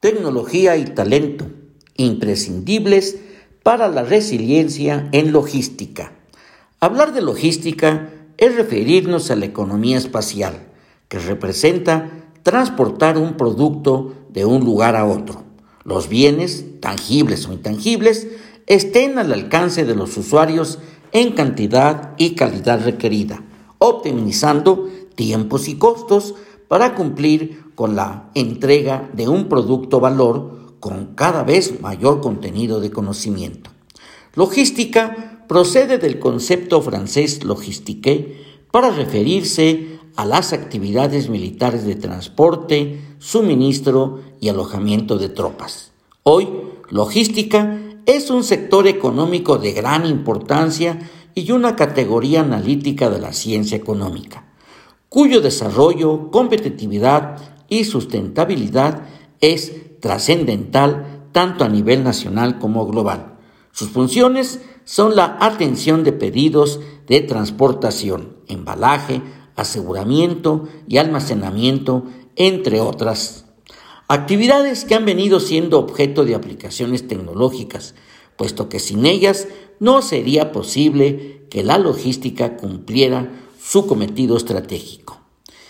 tecnología y talento, imprescindibles para la resiliencia en logística. Hablar de logística es referirnos a la economía espacial, que representa transportar un producto de un lugar a otro. Los bienes, tangibles o intangibles, estén al alcance de los usuarios en cantidad y calidad requerida, optimizando tiempos y costos para cumplir con la entrega de un producto valor con cada vez mayor contenido de conocimiento. Logística procede del concepto francés logistique para referirse a las actividades militares de transporte, suministro y alojamiento de tropas. Hoy, logística es un sector económico de gran importancia y una categoría analítica de la ciencia económica, cuyo desarrollo, competitividad y sustentabilidad es trascendental tanto a nivel nacional como global. Sus funciones son la atención de pedidos de transportación, embalaje, aseguramiento y almacenamiento, entre otras actividades que han venido siendo objeto de aplicaciones tecnológicas, puesto que sin ellas no sería posible que la logística cumpliera su cometido estratégico.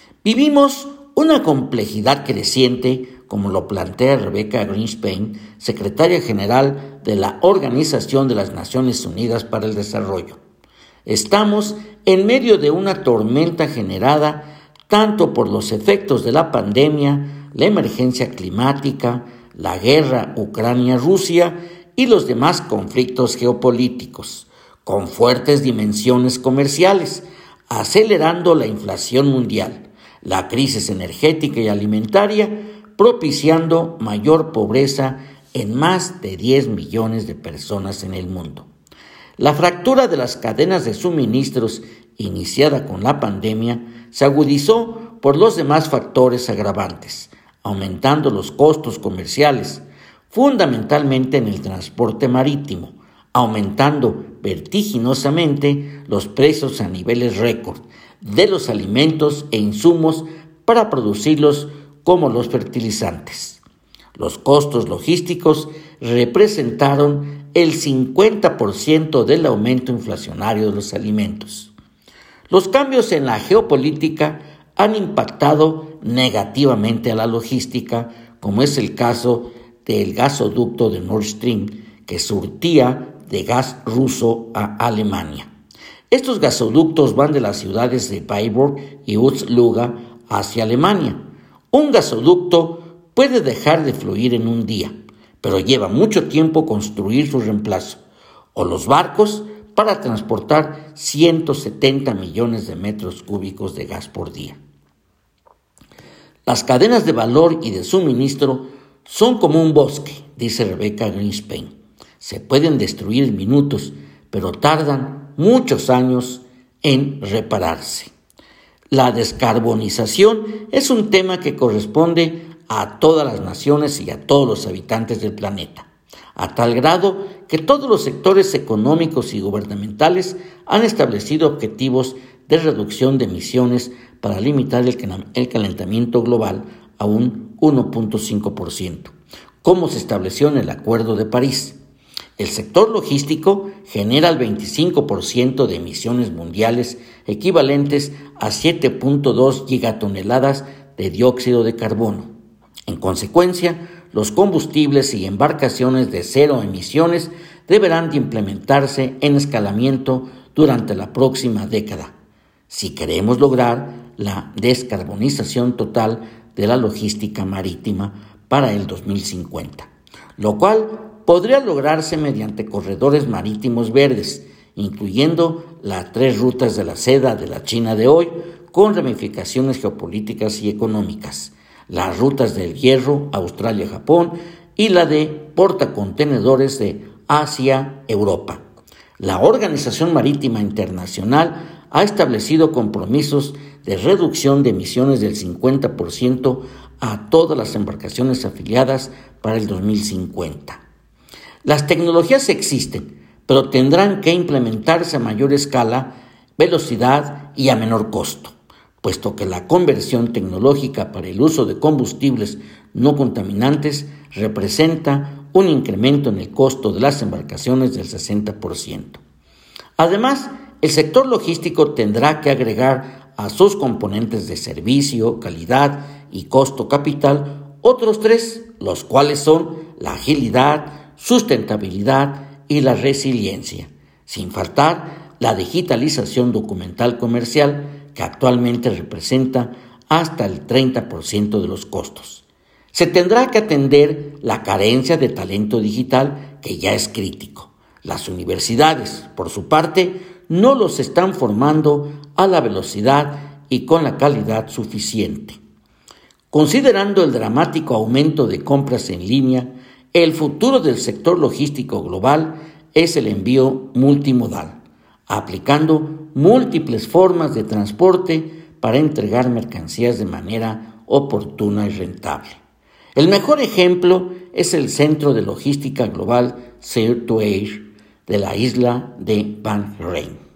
Vivimos una complejidad creciente, como lo plantea Rebecca Greenspan, secretaria general de la Organización de las Naciones Unidas para el Desarrollo. Estamos en medio de una tormenta generada tanto por los efectos de la pandemia, la emergencia climática, la guerra Ucrania-Rusia y los demás conflictos geopolíticos, con fuertes dimensiones comerciales, acelerando la inflación mundial, la crisis energética y alimentaria, propiciando mayor pobreza en más de 10 millones de personas en el mundo. La fractura de las cadenas de suministros iniciada con la pandemia se agudizó por los demás factores agravantes, aumentando los costos comerciales, fundamentalmente en el transporte marítimo, aumentando vertiginosamente los precios a niveles récord de los alimentos e insumos para producirlos, como los fertilizantes. Los costos logísticos representaron el 50% del aumento inflacionario de los alimentos. Los cambios en la geopolítica han impactado negativamente a la logística, como es el caso del gasoducto de Nord Stream, que surtía de gas ruso a Alemania. Estos gasoductos van de las ciudades de Freiburg y Utzluga hacia Alemania. Un gasoducto puede dejar de fluir en un día, pero lleva mucho tiempo construir su reemplazo, o los barcos para transportar 170 millones de metros cúbicos de gas por día. Las cadenas de valor y de suministro son como un bosque, dice Rebecca Greenspan. Se pueden destruir en minutos, pero tardan muchos años en repararse. La descarbonización es un tema que corresponde a todas las naciones y a todos los habitantes del planeta, a tal grado que todos los sectores económicos y gubernamentales han establecido objetivos de reducción de emisiones para limitar el calentamiento global a un 1.5%, como se estableció en el Acuerdo de París. El sector logístico genera el 25% de emisiones mundiales, equivalentes a 7.2 gigatoneladas de dióxido de carbono. En consecuencia, los combustibles y embarcaciones de cero emisiones deberán de implementarse en escalamiento durante la próxima década, si queremos lograr la descarbonización total de la logística marítima para el 2050, lo cual podría lograrse mediante corredores marítimos verdes, incluyendo las 3 rutas de la seda de la China de hoy, con ramificaciones geopolíticas y económicas, las rutas del hierro, Australia-Japón, y la de portacontenedores de Asia-Europa. La Organización Marítima Internacional ha establecido compromisos de reducción de emisiones del 50% a todas las embarcaciones afiliadas para el 2050. Las tecnologías existen, pero tendrán que implementarse a mayor escala, velocidad y a menor costo, puesto que la conversión tecnológica para el uso de combustibles no contaminantes representa un incremento en el costo de las embarcaciones del 60%. Además, el sector logístico tendrá que agregar a sus componentes de servicio, calidad y costo capital otros tres, los cuales son la agilidad, sustentabilidad y la resiliencia, sin faltar la digitalización documental comercial, que actualmente representa hasta el 30% de los costos. Se tendrá que atender la carencia de talento digital, que ya es crítico. Las universidades, por su parte, no los están formando a la velocidad y con la calidad suficiente. Considerando el dramático aumento de compras en línea, el futuro del sector logístico global es el envío multimodal, aplicando múltiples formas de transporte para entregar mercancías de manera oportuna y rentable. El mejor ejemplo es el Centro de Logística Global Sea to Air de la isla de Bahrein.